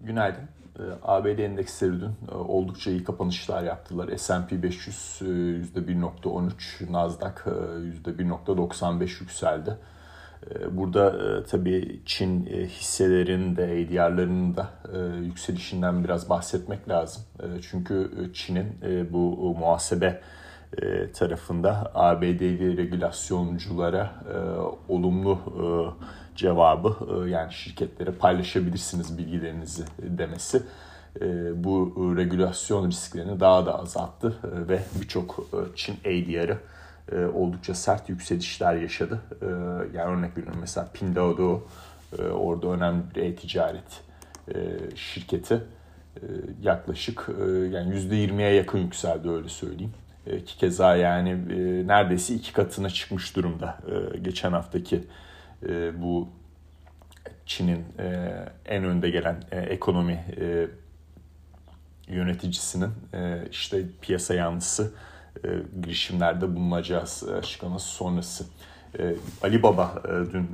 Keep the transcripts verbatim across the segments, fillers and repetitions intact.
Günaydın. A B D endeksleri dün oldukça iyi kapanışlar yaptılar. S and P beş yüz yüzde bir nokta on üç, Nasdaq yüzde bir nokta doksan beş yükseldi. Burada tabii Çin hisselerinin de A D R'larının da yükselişinden biraz bahsetmek lazım. Çünkü Çin'in bu muhasebe tarafında A B D'li regülasyonculara olumlu cevabı, yani şirketlere paylaşabilirsiniz bilgilerinizi demesi bu regülasyon risklerini daha da azalttı ve birçok Çin A D R'ı oldukça sert yükselişler yaşadı. Yani örnek veriyorum, mesela Pinduoduo orada önemli bir e-ticaret şirketi yaklaşık yani yüzde yirmiye yakın yükseldi, öyle söyleyeyim. Ki keza yani neredeyse iki katına çıkmış durumda geçen haftaki bu Çin'in en önde gelen ekonomi yöneticisinin işte piyasa yanlısı girişimlerde bulunacağız açıklaması sonrası. Alibaba dün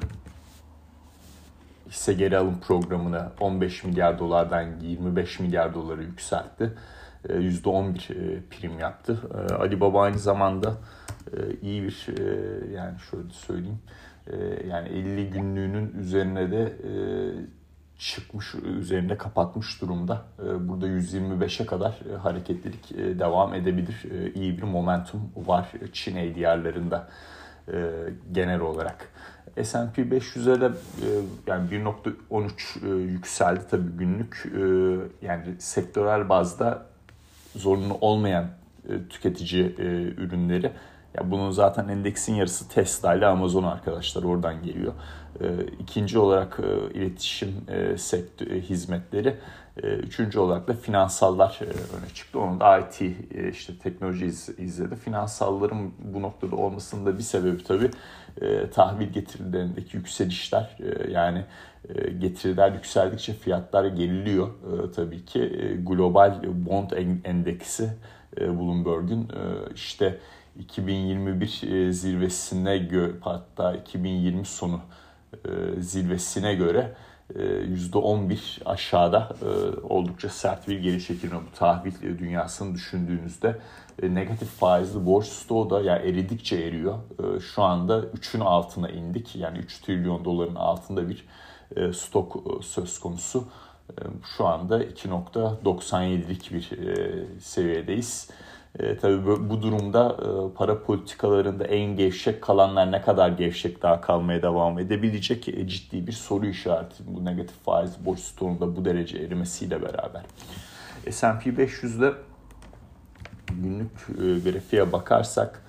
hisse geri alım programını on beş milyar dolardan yirmi beş milyar dolara yükseltti. yüzde on bir prim yaptı. Alibaba aynı zamanda iyi bir, yani şöyle söyleyeyim, yani elli günlüğünün üzerine de çıkmış, üzerine kapatmış durumda. Burada yüz yirmi beşe kadar hareketlilik devam edebilir. İyi bir momentum var Çin A D R'larında genel olarak. S and P beş yüze de yani bir nokta on üç yükseldi tabii günlük. Yani sektörel bazda zorunlu olmayan tüketici ürünleri. Ya bunun zaten endeksin yarısı Tesla ile Amazon arkadaşlar, oradan geliyor. İkinci olarak iletişim sektörü hizmetleri. Üçüncü olarak da finansallar öne çıktı. Onun da I T, işte teknoloji izledi. Finansalların bu noktada olmasının da bir sebebi tabii tahvil getirilerindeki yükselişler. Yani getiriler yükseldikçe fiyatlar geriliyor tabii ki. Global Bond Endeksi Bloomberg'un işte iki bin yirmi bir zirvesine göre, hatta iki bin yirmi sonu zirvesine göre yüzde on bir aşağıda, oldukça sert bir geri çekilme bu tahvil dünyasını düşündüğünüzde. Negatif faizli borç stoğu da yani eridikçe eriyor. Şu anda üçün altına indik. Yani üç trilyon doların altında bir stok söz konusu. Şu anda iki nokta doksan yedilik bir seviyedeyiz. E, tabii bu, bu durumda e, para politikalarında en gevşek kalanlar ne kadar gevşek daha kalmaya devam edebilecek, e, ciddi bir soru işareti bu negatif faiz borç stoğunda bu derece erimesiyle beraber. S and P beş yüzde günlük e, grafiğe bakarsak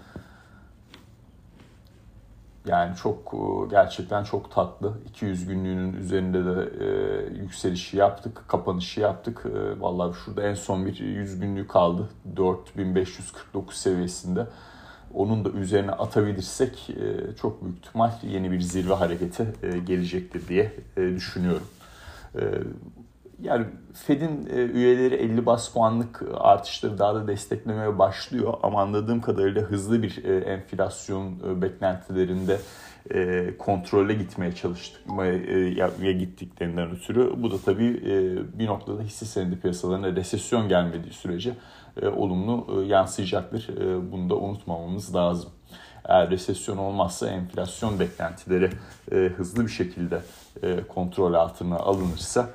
yani çok gerçekten çok tatlı. iki yüz günlüğünün üzerinde de e, yükselişi yaptık, kapanışı yaptık. E, vallahi şurada en son bir yüz günlüğü kaldı. dört bin beş yüz kırk dokuz seviyesinde. Onun da üzerine atabilirsek e, çok büyük ihtimal yeni bir zirve hareketi e, gelecektir diye e, düşünüyorum. E, Yani Fed'in üyeleri elli bas puanlık artışları daha da desteklemeye başlıyor. Ama anladığım kadarıyla hızlı bir enflasyon beklentilerinde kontrole gitmeye çalıştıkmaya gittiklerinden ötürü. Bu da tabii bir noktada hisse senedi piyasalarına resesyon gelmediği sürece olumlu yansıyacaktır. Bunu da unutmamamız lazım. Eğer resesyon olmazsa enflasyon beklentileri hızlı bir şekilde kontrol altına alınırsa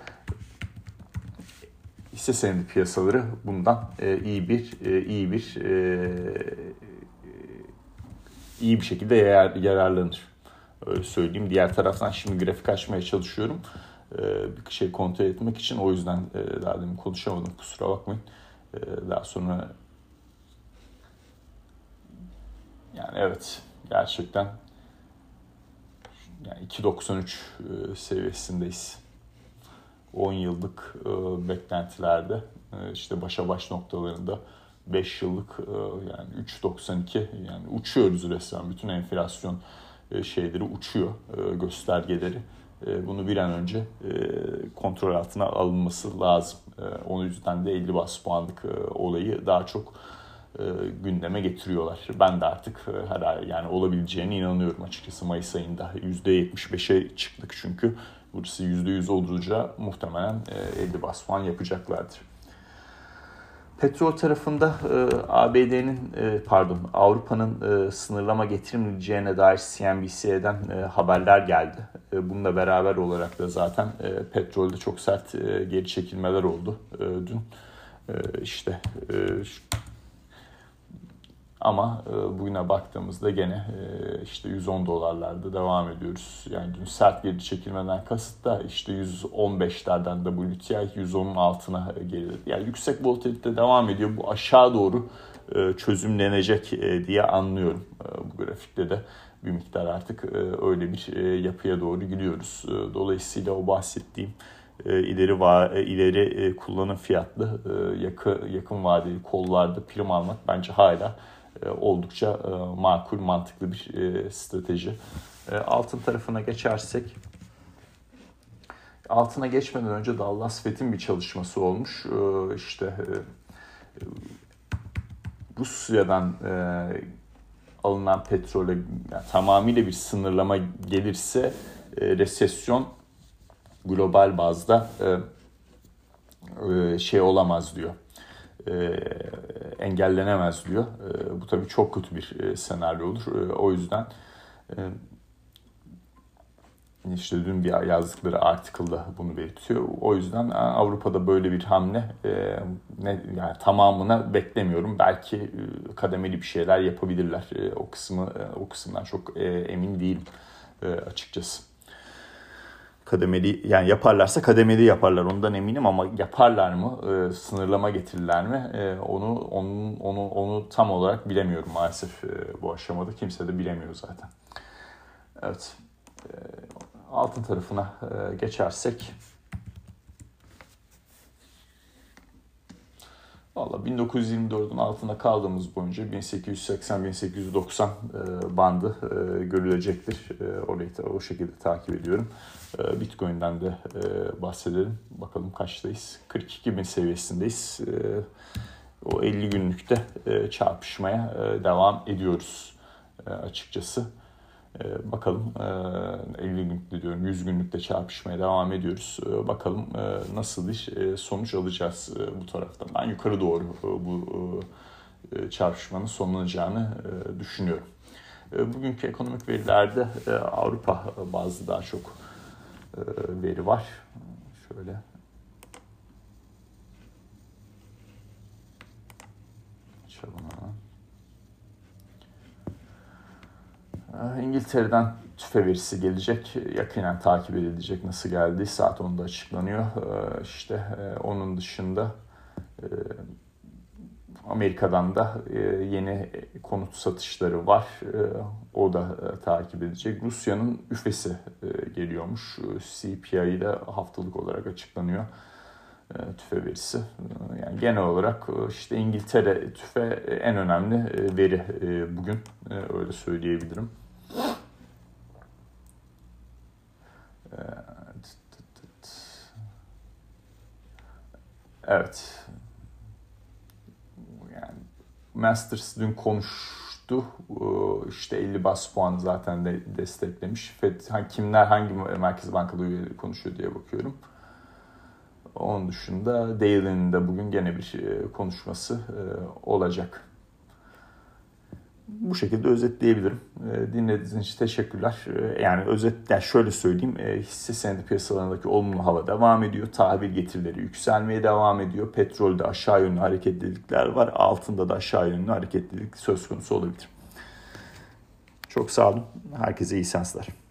hisse senedi piyasaları bundan e, iyi bir e, iyi bir e, iyi bir şekilde yarar, yararlanır. Öyle söyleyeyim. Diğer taraftan şimdi grafik açmaya çalışıyorum. E, bir şey kontrol etmek için, o yüzden e, daha demin konuşamadım. Kusura bakmayın. E, daha sonra yani evet, gerçekten yani iki doksan üç e, seviyesindeyiz. on yıllık e, beklentilerde e, işte başa baş noktalarında beş yıllık e, yani üç doksan iki, yani uçuyoruz resmen. Bütün enflasyon e, şeyleri uçuyor, e, göstergeleri. E, bunu bir an önce e, kontrol altına alınması lazım. E, onun yüzden de elli bas puanlık e, olayı daha çok e, gündeme getiriyorlar. Ben de artık e, herhalde yani olabileceğine inanıyorum açıkçası. Mayıs ayında yüzde yetmiş beşe çıktık çünkü. burası yüzde yüz olunca muhtemelen elli bas puan yapacaklardır. Petrol tarafında A B D'nin pardon Avrupa'nın sınırlama getirmeyeceğine dair C N B C'den haberler geldi. Bununla beraber olarak da zaten petrolde çok sert geri çekilmeler oldu dün. İşte ama bugüne baktığımızda gene işte yüz on dolarlarda devam ediyoruz. Yani dün sert geri çekilmeden kasıt da işte yüz on beşlerden W T I yüz onun altına gelir. Yani yüksek volatilite devam ediyor. Bu aşağı doğru çözümlenecek diye anlıyorum. Bu grafikte de bir miktar artık öyle bir yapıya doğru gidiyoruz. Dolayısıyla o bahsettiğim ileri va ileri kullanım fiyatlı yakın yakın vadeli kollarda prim almak bence hala oldukça makul, mantıklı bir strateji. Altın tarafına geçersek, altına geçmeden önce Dallas Fed'in bir çalışması olmuş. İşte Rusya'dan alınan petrole yani tamamıyla bir sınırlama gelirse resesyon global bazda şey olamaz diyor. E, engellenemez diyor. E, bu tabii çok kötü bir e, senaryo olur. E, o yüzden e, işte dün bir yazdıkları article'da bunu belirtiyor. O yüzden Avrupa'da böyle bir hamle e, ne yani tamamına beklemiyorum. Belki e, kademeli bir şeyler yapabilirler. E, o kısmı e, o kısımdan çok e, emin değilim e, açıkçası. Kademeli yani yaparlarsa kademeli yaparlar ondan eminim ama yaparlar mı e, sınırlama getirirler mi e, onu onu onu onu tam olarak bilemiyorum maalesef e, bu aşamada kimse de bilemiyor zaten. Evet e, altın tarafına e, geçersek valla bin dokuz yüz yirmi dördün altında kaldığımız boyunca bin sekiz yüz seksen bin sekiz yüz doksan e, bandı e, görülecektir. E, orayı da o şekilde takip ediyorum. E, Bitcoin'den de e, bahsedelim. Bakalım kaçtayız? kırk iki bin seviyesindeyiz. E, o elli günlükte e, çarpışmaya e, devam ediyoruz e, açıkçası. Ee, bakalım e, elli günlükte diyorum yüz günlükte çarpışmaya devam ediyoruz. Ee, bakalım e, nasıl bir e, sonuç alacağız e, bu taraftan. Ben yukarı doğru e, bu e, çarpışmanın sonlanacağını e, düşünüyorum. E, bugünkü ekonomik verilerde e, Avrupa bazlı daha çok e, veri var. Şöyle. Açalım hemen. İngiltere'den tüfe verisi gelecek. Yakinen takip edilecek nasıl geldi. Saat onda açıklanıyor. İşte onun dışında Amerika'dan da yeni konut satışları var. O da takip edilecek. Rusya'nın üfesi geliyormuş. C P I ile haftalık olarak açıklanıyor. Tüfe verisi. Yani genel olarak işte İngiltere tüfe en önemli veri bugün. Öyle söyleyebilirim. Evet. Yani Masters dün konuştu. İşte elli bas puan zaten de desteklemiş. Fed kimler hangi merkez bankalı üyeleri konuşuyor diye bakıyorum. Onun dışında Daily'nin de bugün gene bir konuşması olacak. Bu şekilde özetleyebilirim. Dinlediğiniz için teşekkürler. Yani özet, yani şöyle söyleyeyim. Hisse senedi piyasalarındaki olumlu hava devam ediyor. Tahvil getirileri yükselmeye devam ediyor. Petrolde aşağı yönlü hareketlilikler var. Altında da aşağı yönlü hareketlilik söz konusu olabilir. Çok sağ olun. Herkese iyi seanslar.